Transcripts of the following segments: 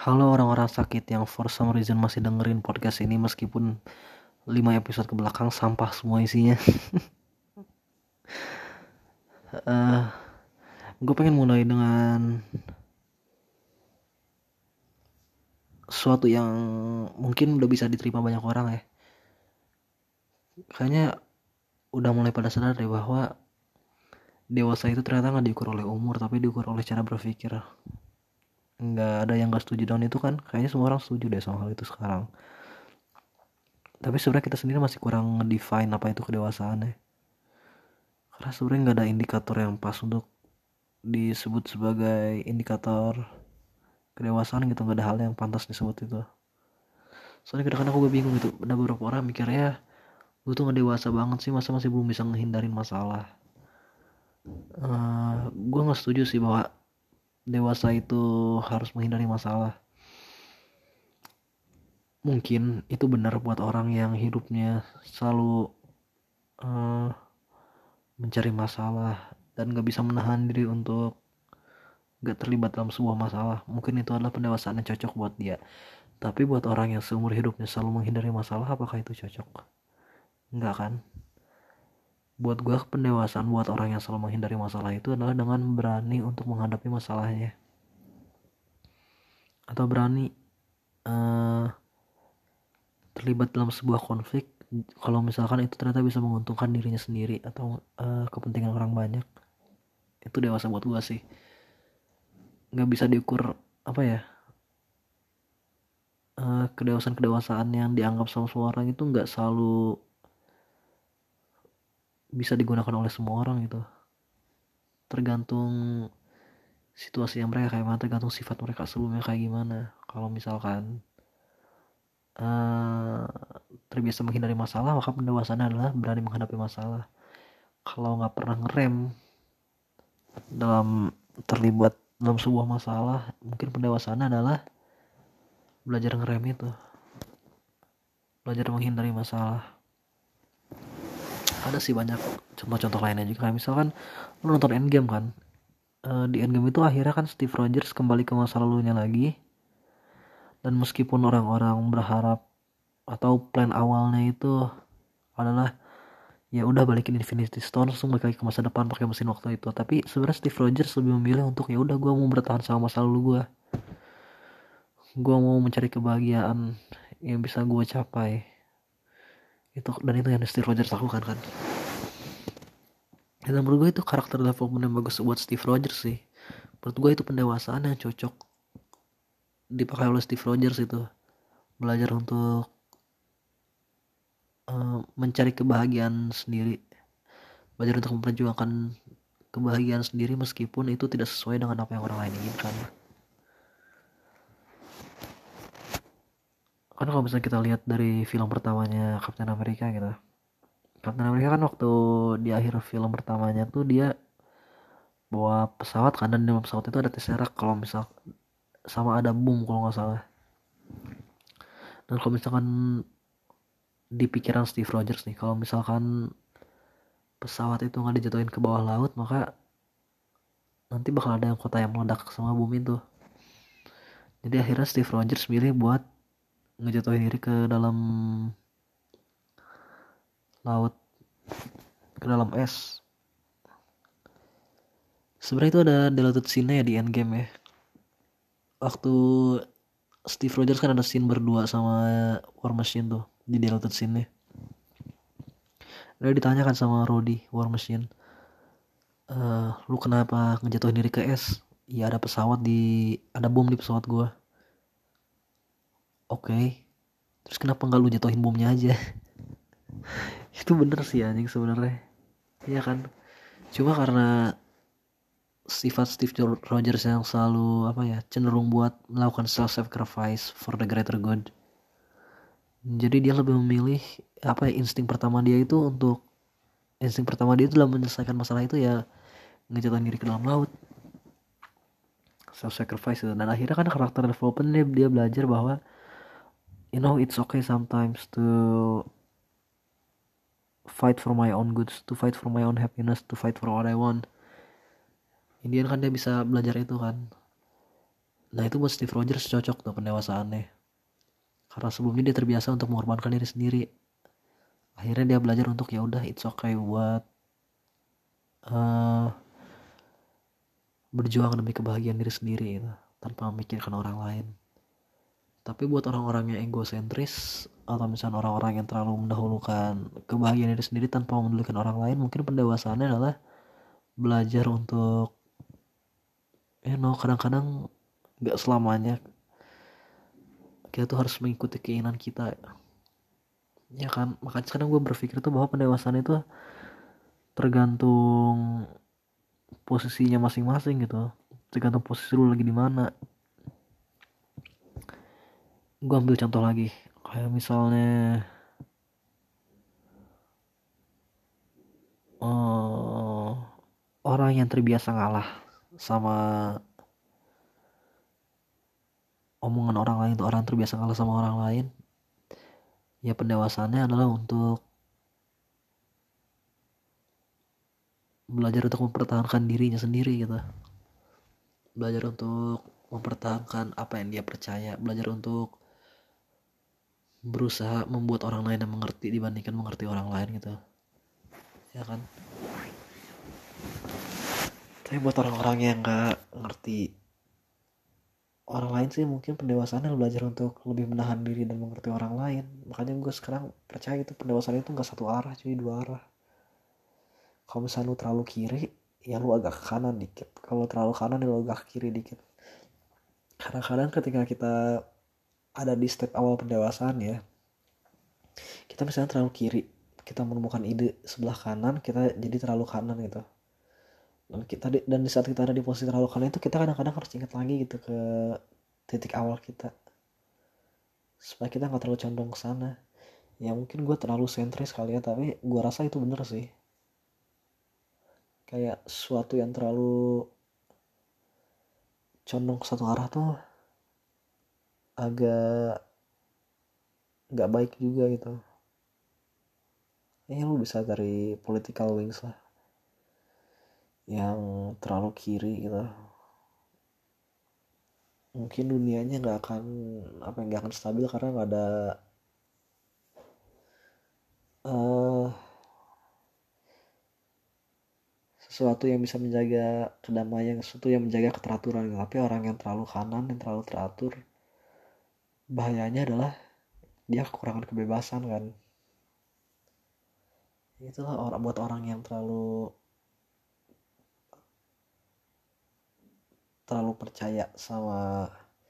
Halo orang-orang sakit yang for some reason masih dengerin podcast ini meskipun 5 episode ke belakang sampah semua isinya. Eh, gue pengen mulai dengan sesuatu yang mungkin udah bisa diterima banyak orang ya. Kayaknya udah mulai pada sadar deh bahwa dewasa itu ternyata nggak diukur oleh umur tapi diukur oleh cara berpikir. Nggak ada yang nggak setuju dengan itu kan? Kayaknya semua orang setuju deh sama hal itu sekarang. Tapi sebenarnya kita sendiri masih kurang define apa itu kedewasaan ya. Karena sebenarnya nggak ada indikator yang pas untuk disebut sebagai indikator kedewasaan gitu, nggak ada hal yang pantas disebut itu. Soalnya kadang-kadang aku bingung gitu, ada beberapa orang mikirnya gue tuh nggak dewasa banget sih, masa masih belum bisa ngehindarin masalah. Gue nggak setuju sih bahwa dewasa itu harus menghindari masalah. Mungkin itu benar buat orang yang hidupnya selalu uh, mencari masalah dan nggak bisa menahan diri untuk nggak terlibat dalam sebuah masalah. Mungkin itu adalah pendewasaan yang cocok buat dia. Tapi buat orang yang seumur hidupnya selalu menghindari masalah, apakah itu cocok? Enggak kan? Buat gue pendewasaan buat orang yang selalu menghindari masalah itu adalah dengan berani untuk menghadapi masalahnya. Atau berani uh, terlibat dalam sebuah konflik kalau misalkan itu ternyata bisa menguntungkan dirinya sendiri atau kepentingan orang banyak. Itu dewasa buat gue sih. Nggak bisa diukur apa ya, kedewasaan yang dianggap sama semua orang itu nggak selalu bisa digunakan oleh semua orang gitu. Tergantung situasi yang mereka kayak mana, tergantung sifat mereka sebelumnya kayak gimana. Kalau misalkan terbiasa menghindari masalah, maka pendewasaan adalah berani menghadapi masalah. Kalau nggak pernah ngerem dalam terlibat dalam sebuah masalah, mungkin pendewasaan adalah belajar ngerem itu, belajar menghindari masalah. Ada sih banyak contoh-contoh lainnya juga, kayak misalkan lu nonton Endgame kan. Di Endgame itu akhirnya kan Steve Rogers kembali ke masa lalunya lagi, dan meskipun orang-orang berharap atau plan awalnya itu adalah ya udah balikin Infinity Stone langsung balik lagi ke masa depan pakai mesin waktu itu, tapi sebenarnya Steve Rogers lebih memilih untuk ya udah gue mau bertahan sama masa lalu gue mau mencari kebahagiaan yang bisa gue capai itu, dan itu yang Steve Rogers lakukan kan. Dan menurut gue itu karakter development yang bagus buat Steve Rogers sih. Menurut gue itu pendewasaan yang cocok dipakai oleh Steve Rogers itu, belajar untuk mencari kebahagiaan sendiri, belajar untuk memperjuangkan kebahagiaan sendiri meskipun itu tidak sesuai dengan apa yang orang lain inginkan. Kan kalau misalnya kita lihat dari film pertamanya Captain America gitu, Captain America kan waktu di akhir film pertamanya tuh dia bawa pesawat kan, dan di dalam pesawat itu ada Tesseract kalau misal, sama ada boom kalau nggak salah. Dan kalau misalkan di pikiran Steve Rogers nih, kalau misalkan pesawat itu nggak dijatuhin ke bawah laut, maka nanti bakal ada yang kota yang meledak sama boom itu. Jadi akhirnya Steve Rogers milih buat ngejatuhin diri ke dalam laut, ke dalam es. Sebenarnya itu ada deleted scene ya di Endgame ya. Waktu Steve Rogers kan ada scene berdua sama War Machine tuh di deleted scene-nya. Dia ditanyakan sama Rhodey, War Machine, lu kenapa ngejatuhin diri ke es? Ya ada pesawat ada bom di pesawat gua. Oke. Terus kenapa nggak lu jatuhin bomnya aja? Itu bener sih anjing sebenarnya. Iya kan? Cuma karena sifat Steve Rogers yang selalu apa ya, cenderung buat melakukan self sacrifice for the greater good. Jadi dia lebih memilih apa ya, insting pertama dia itu dalam menyelesaikan masalah itu ya ngejatuhin diri ke dalam laut, self sacrifice itu. Dan akhirnya kan karakter development dia belajar bahwa it's okay sometimes to fight for my own goods, to fight for my own happiness, to fight for what I want. Indian kan dia bisa belajar itu kan. Nah itu buat Steve Rogers cocok tuh pendewasaannya, karena sebelumnya dia terbiasa untuk mengorbankan diri sendiri. Akhirnya dia belajar untuk ya udah it's okay buat uh, berjuang demi kebahagiaan diri sendiri gitu, tanpa memikirkan orang lain. Tapi buat orang-orang yang egosentris atau misalnya orang-orang yang terlalu mendahulukan kebahagiaan diri sendiri tanpa memedulikan orang lain, mungkin pendewasaannya adalah belajar untuk kadang-kadang gak selamanya kita tuh harus mengikuti keinginan kita, ya kan. Makanya sekarang gue berpikir tuh bahwa pendewasaan itu tergantung posisinya masing-masing gitu, tergantung posisi lu lagi di mana. Gue ambil contoh lagi, kayak misalnya orang yang terbiasa ngalah sama omongan orang lain, tuh orang terbiasa ngalah sama orang lain, ya pendewasannya adalah untuk belajar untuk mempertahankan dirinya sendiri gitu, belajar untuk mempertahankan apa yang dia percaya, belajar untuk berusaha membuat orang lain yang mengerti dibandingkan mengerti orang lain gitu, ya kan. Tapi buat orang-orang yang nggak ngerti orang lain sih, mungkin pendewasannya belajar untuk lebih menahan diri dan mengerti orang lain. Makanya gue sekarang percaya itu pendewasaan itu nggak satu arah cuy, dua arah. Kalau misalnya lu terlalu kiri, ya lu agak ke kanan dikit. Kalau terlalu kanan, ya lu agak ke kiri dikit. Kadang-kadang ketika kita ada di step awal pendewasaan ya, kita misalnya terlalu kiri, kita menemukan ide sebelah kanan, kita jadi terlalu kanan gitu. Dan di saat kita ada di posisi terlalu kanan itu, kita kadang-kadang harus ingat lagi gitu ke titik awal kita, supaya kita nggak terlalu condong ke sana. Ya mungkin gue terlalu sentris kali ya, tapi gue rasa itu bener sih. Kayak sesuatu yang terlalu condong ke satu arah tuh agak nggak baik juga gitu. Lu bisa dari political wings lah yang terlalu kiri gitu, mungkin dunianya nggak akan stabil, karena nggak ada sesuatu yang bisa menjaga kedamaian, sesuatu yang menjaga keteraturan. Tapi orang yang terlalu kanan, yang terlalu teratur, bahayanya adalah dia kekurangan kebebasan kan. Itulah buat orang yang terlalu percaya sama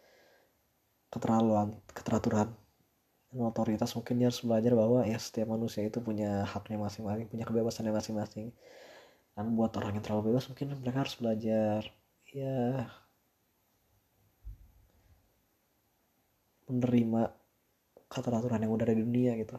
keteraturan dan otoritas. Mungkin dia harus belajar bahwa ya setiap manusia itu punya haknya masing-masing, punya kebebasannya masing-masing. Dan buat orang yang terlalu bebas, mungkin mereka harus belajar ya menerima keteraturan yang udah ada di dunia gitu.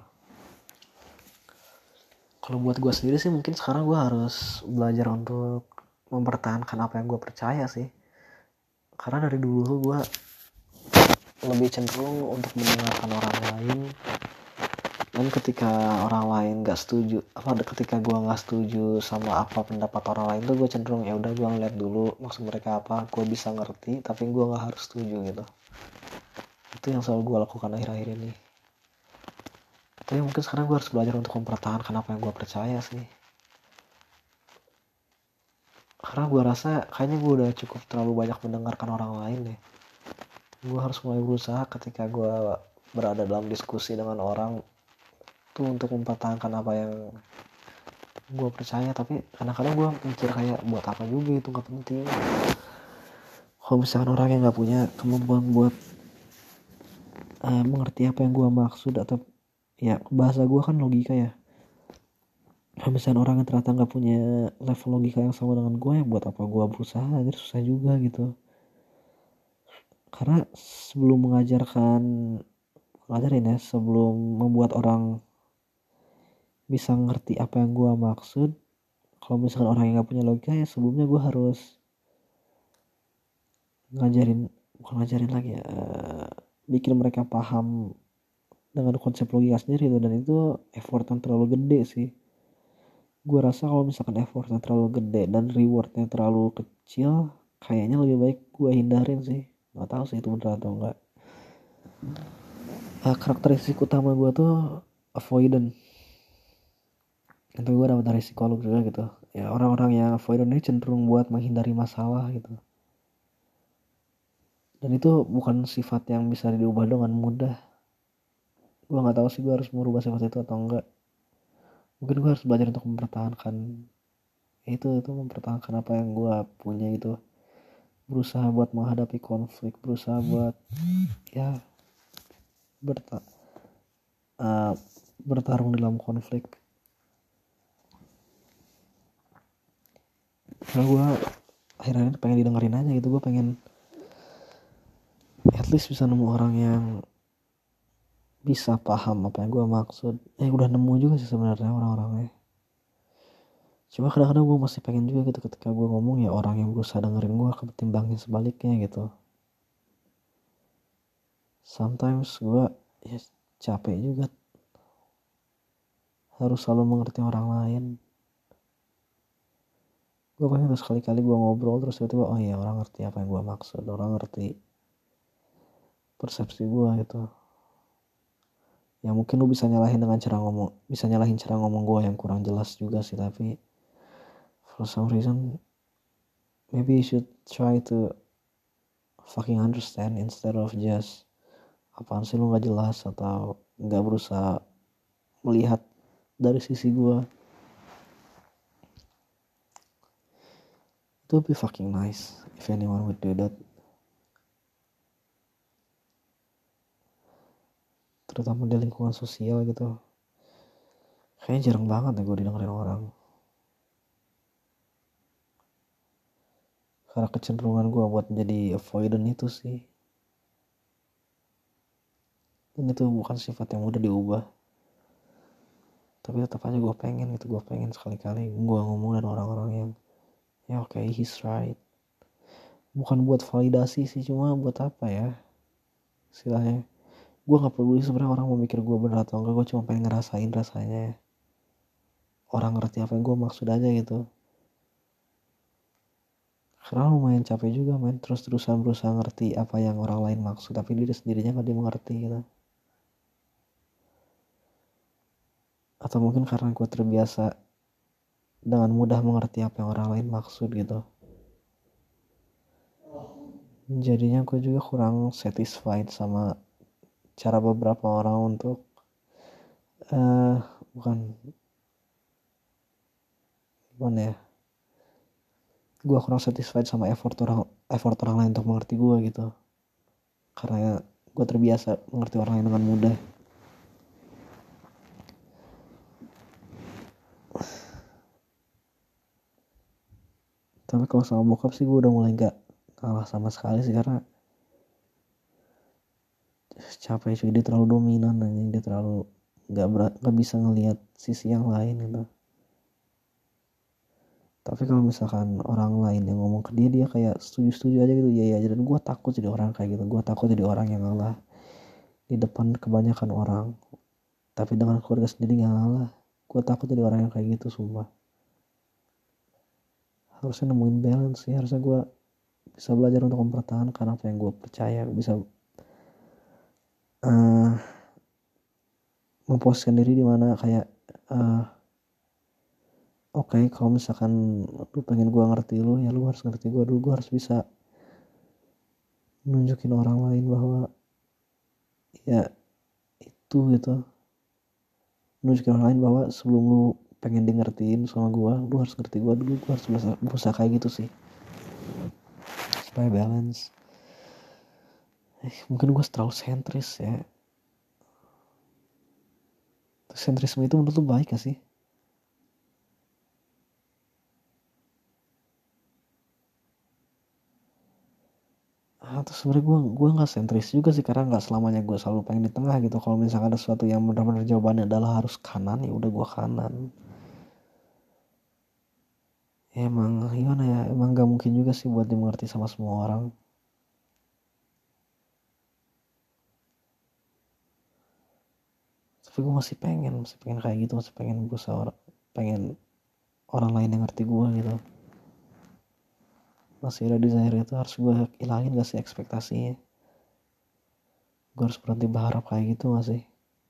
Kalau buat gue sendiri sih, mungkin sekarang gue harus belajar untuk mempertahankan apa yang gue percaya sih. Karena dari dulu gue lebih cenderung untuk mendengarkan orang lain, dan ketika orang lain gak setuju, ketika gue gak setuju sama apa pendapat orang lain tuh, gue cenderung ya udah gue ngeliat dulu maksud mereka apa, gue bisa ngerti tapi gue gak harus setuju gitu. Itu yang selalu gue lakukan akhir-akhir ini. Tapi mungkin sekarang gue harus belajar untuk mempertahankan apa yang gue percaya sih. Karena gue rasa kayaknya gue udah cukup terlalu banyak mendengarkan orang lain deh. Gue harus mulai berusaha ketika gue berada dalam diskusi dengan orang tuh untuk mempertahankan apa yang gue percaya. Tapi kadang-kadang gue mikir kayak buat apa juga, itu gak penting. Kalau misalkan orang yang gak punya kemampuan buat mengerti apa yang gue maksud, atau ya bahasa gue kan logika ya, kalau misalnya orang yang ternyata gak punya level logika yang sama dengan gue, ya buat apa gue berusaha, jadi susah juga gitu. Karena sebelum ngajarin ya, sebelum membuat orang bisa ngerti apa yang gue maksud, kalau misalkan orang yang gak punya logika, ya sebelumnya gue harus ngajarin lagi ya, bikin mereka paham dengan konsep logika sendiri tuh. Dan itu effort yang terlalu gede sih. Gue rasa kalau misalkan effortnya terlalu gede dan rewardnya terlalu kecil, kayaknya lebih baik gue hindarin sih nggak tahu sih itu benar atau enggak. Karakteristik utama gue tuh avoidant. Itu gue dapet dari psikolog juga gitu. Ya orang-orang yang avoidant ini cenderung buat menghindari masalah gitu. Dan itu bukan sifat yang bisa diubah dengan mudah. Gue nggak tahu sih gue harus merubah sifat itu atau enggak. Mungkin gue harus belajar untuk mempertahankan itu mempertahankan apa yang gue punya gitu. Berusaha buat menghadapi konflik, berusaha buat ya bertarung dalam konflik. Karena gue akhirnya pengen didengerin aja gitu. Gue pengen at least bisa nemu orang yang bisa paham apa yang gue maksud. Udah nemu juga sih sebenarnya orang-orangnya. Cuma kadang-kadang gue masih pengen juga gitu ketika gue ngomong ya orang yang berusaha dengerin gue ketimbangin sebaliknya gitu. Sometimes gue ya capek juga harus selalu mengerti orang lain. Gue pengen tuh sekali-kali gue ngobrol terus tiba-tiba oh iya orang ngerti apa yang gue maksud, orang ngerti persepsi gue gitu. Ya mungkin lu bisa nyalahin dengan cara ngomong, bisa nyalahin cara ngomong gue yang kurang jelas juga sih, tapi for some reason maybe you should try to fucking understand instead of just apaan sih lu nggak jelas atau nggak berusaha melihat dari sisi gue. It would be fucking nice if anyone would do that. Terutama di lingkungan sosial gitu. Kayaknya jarang banget ya gue didengerin orang. Karena kecenderungan gue buat menjadi avoidant itu sih. Dan itu bukan sifat yang mudah diubah. Tapi tetap aja gue pengen gitu. Gue pengen sekali-kali gue ngomong dengan orang-orang yang ya oke, he's right. Bukan buat validasi sih, cuma buat apa ya istilahnya. Gue gak peduli sebenarnya orang mau mikir gue bener atau enggak. Gue cuma pengen ngerasain rasanya orang ngerti apa yang gue maksud aja gitu. Karena lumayan capek juga men, terus-terusan berusaha ngerti apa yang orang lain maksud tapi diri sendirinya gak dimengerti gitu. Atau mungkin karena gue terbiasa dengan mudah mengerti apa yang orang lain maksud gitu, jadinya gue juga kurang satisfied sama cara beberapa orang untuk bukan gimana ya, gue kurang satisfied sama effort orang lain untuk mengerti gue gitu, karena gue terbiasa mengerti orang lain dengan mudah. Tapi kalau sama bokap sih gue udah mulai gak kalah sama sekali sih, karena capek cuy, dia terlalu dominan aja, dia terlalu gak bisa ngelihat sisi yang lain gitu. Tapi kalau misalkan orang lain yang ngomong ke dia kayak setuju aja gitu, ya dan gue takut jadi orang kayak gitu. Gue takut jadi orang yang ngalah di depan kebanyakan orang, tapi dengan keluarga sendiri gak ngalah. Gue takut jadi orang yang kayak gitu sumpah. Harusnya nemuin balance sih, harusnya gue bisa belajar untuk mempertahankan apa yang gue percaya, bisa memposisikan diri di mana kayak oke, kalau misalkan lu pengen gue ngerti lu, ya lu harus ngerti gue dulu. Gue harus bisa nunjukin orang lain bahwa ya itu gitu, nunjukin orang lain bahwa sebelum lu pengen di ngertiin sama gue, lu harus ngerti gue dulu. Gue harus berusaha kayak gitu sih supaya balance. Mungkin gue terlalu sentris ya. Sentrisme itu menurut lu baik gak sih? Terus sebenarnya gue nggak sentris juga sih, karena nggak selamanya gue selalu pengen di tengah gitu. Kalau misalkan ada sesuatu yang benar-benar jawabannya adalah harus kanan, ya udah gue kanan. Emang gimana ya, emang nggak mungkin juga sih buat dimengerti sama semua orang. Tapi gue masih pengen kayak gitu, masih pengen berusaha pengen orang lain yang ngerti gue gitu. masih ada desire itu harus gue hilangin gak sih ekspektasinya. Gue harus berhenti berharap kayak gitu gak sih?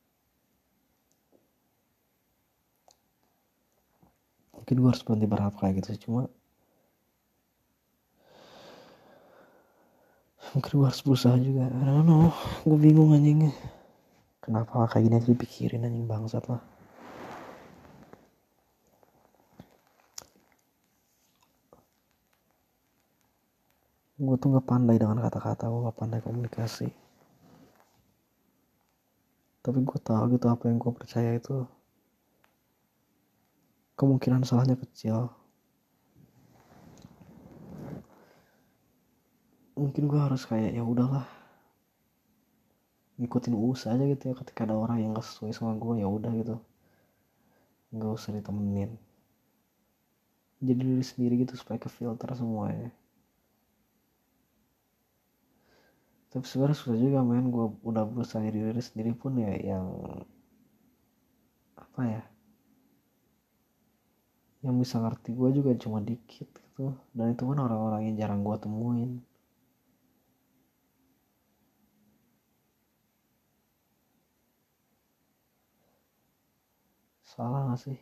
Mungkin gue harus berhenti berharap kayak gitu sih. Cuma mungkin gue harus berusaha juga. I don't know. Gue bingung anjing. Kenapa kayak gini aja dipikirin anjing, bangsat lah. Gue tuh gak pandai dengan kata-kata. Gue gak pandai komunikasi. Tapi gue tahu gitu apa yang gue percaya itu kemungkinan salahnya kecil. Mungkin gue harus kayak ya udahlah, ngikutin usaha aja gitu ya. Ketika ada orang yang gak sesuai sama gue, ya udah gitu, nggak usah ditemenin, jadi diri sendiri gitu supaya ke filter semuanya. Tapi sebenarnya susah juga men. Gue udah berusaha jadi diri sendiri pun ya yang apa ya, yang bisa ngerti gue juga cuma dikit gitu. Dan itu kan orang-orang yang jarang gue temuin. Salah gak sih?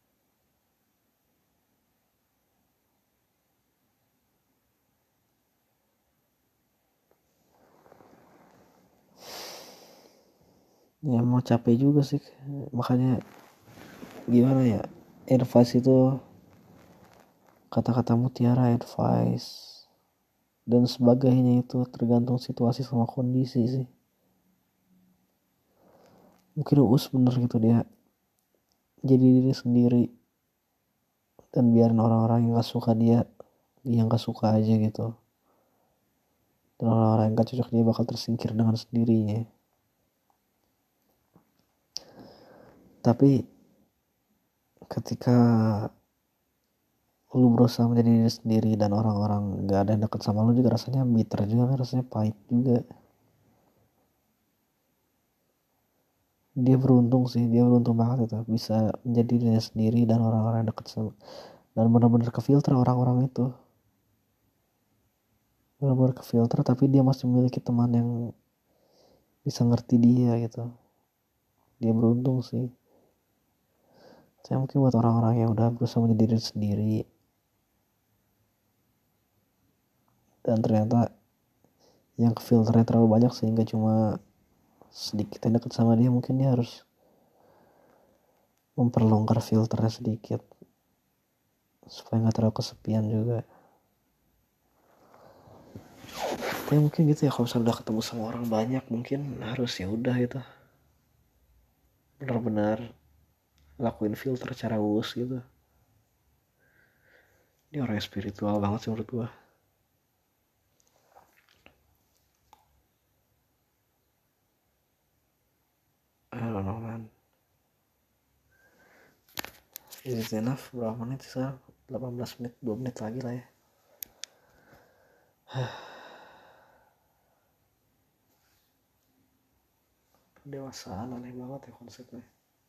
Ya mau capek juga sih. Makanya gimana ya, advice itu kata-kata mutiara, advice dan sebagainya itu tergantung situasi sama kondisi sih. Mungkin Uus bener gitu, dia jadi diri sendiri dan biarin orang-orang yang gak suka dia yang gak suka aja gitu. Dan orang-orang yang gak cocok dia bakal tersingkir dengan sendirinya. Tapi ketika lu berusaha menjadi diri sendiri dan orang-orang gak ada yang deket sama lu juga, rasanya bitter juga kan, rasanya pahit juga. Dia beruntung banget itu bisa menjadi dirinya sendiri dan orang-orang yang deket sama, dan benar-benar kefilter orang-orang itu, benar-benar kefilter. Tapi dia masih memiliki teman yang bisa ngerti dia gitu. Dia beruntung sih. Saya mungkin buat orang-orang yang udah berusaha menjadi diri sendiri dan ternyata yang filternya terlalu banyak sehingga cuma sedikit yang deket sama dia, mungkin dia harus memperlonggar filternya sedikit supaya nggak terlalu kesepian juga. Tapi mungkin gitu ya, kalau misalnya udah ketemu sama orang banyak mungkin harus ya udah gitu, benar-benar lakuin filter cara Uus gitu. Ini orang yang spiritual banget sih menurut gua. I don't know man. Is it enough? Berapa menit sekarang? 18 menit, 2 menit lagi lah ya. Pendewasaan aneh banget ya konsepnya.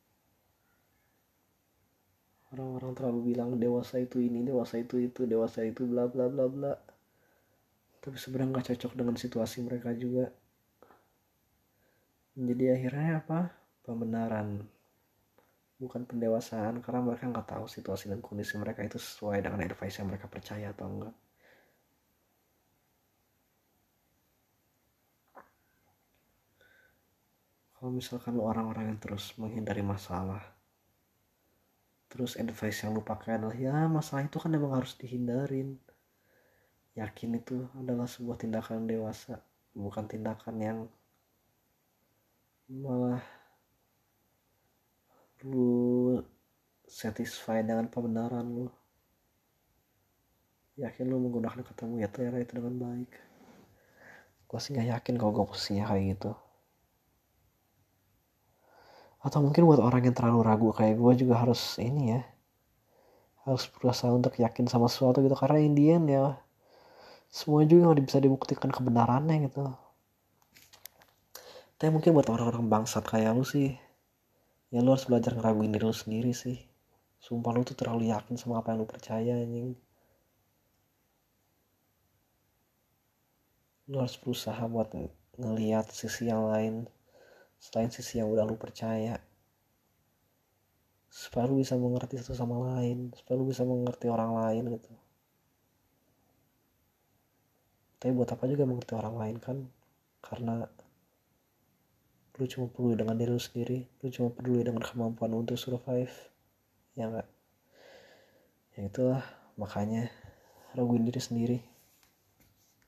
Orang-orang terlalu bilang dewasa itu ini, dewasa itu dewasa itu bla bla bla bla. Tapi sebenarnya nggak cocok dengan situasi mereka juga. Jadi akhirnya apa? Pembenaran, bukan pendewasaan, karena mereka nggak tahu situasi dan kondisi mereka itu sesuai dengan advice yang mereka percaya atau enggak. Kalau misalkan lu orang-orang yang terus menghindari masalah, terus advice yang lu pakai adalah ya masalah itu kan emang harus dihindarin, yakin itu adalah sebuah tindakan dewasa, bukan tindakan yang malah lu satisfied dengan pembenaran lu. Yakin lu menggunakan kata mutiara itu dengan baik? Gue sih gak yakin kalau gue posisinya kayak gitu. Atau mungkin buat orang yang terlalu ragu kayak gue juga harus ini ya, harus berusaha untuk yakin sama sesuatu gitu, karena Indian ya semua juga gak bisa dibuktikan kebenarannya gitu. Tapi mungkin buat orang-orang bangsat kayak lu sih, ya lu harus belajar ngeraguin diri lu sendiri sih. Sumpah lu tuh terlalu yakin sama apa yang lu percaya anjing. Lu harus berusaha buat ngelihat sisi yang lain selain sisi yang udah lu percaya, supaya lu bisa mengerti satu sama lain, supaya lu bisa mengerti orang lain gitu. Tapi buat apa juga mengerti orang lain kan, karena lu cuma peduli dengan diri lu sendiri, lu cuma peduli dengan kemampuan untuk survive, ya enggak? Ya itulah, makanya raguin diri sendiri.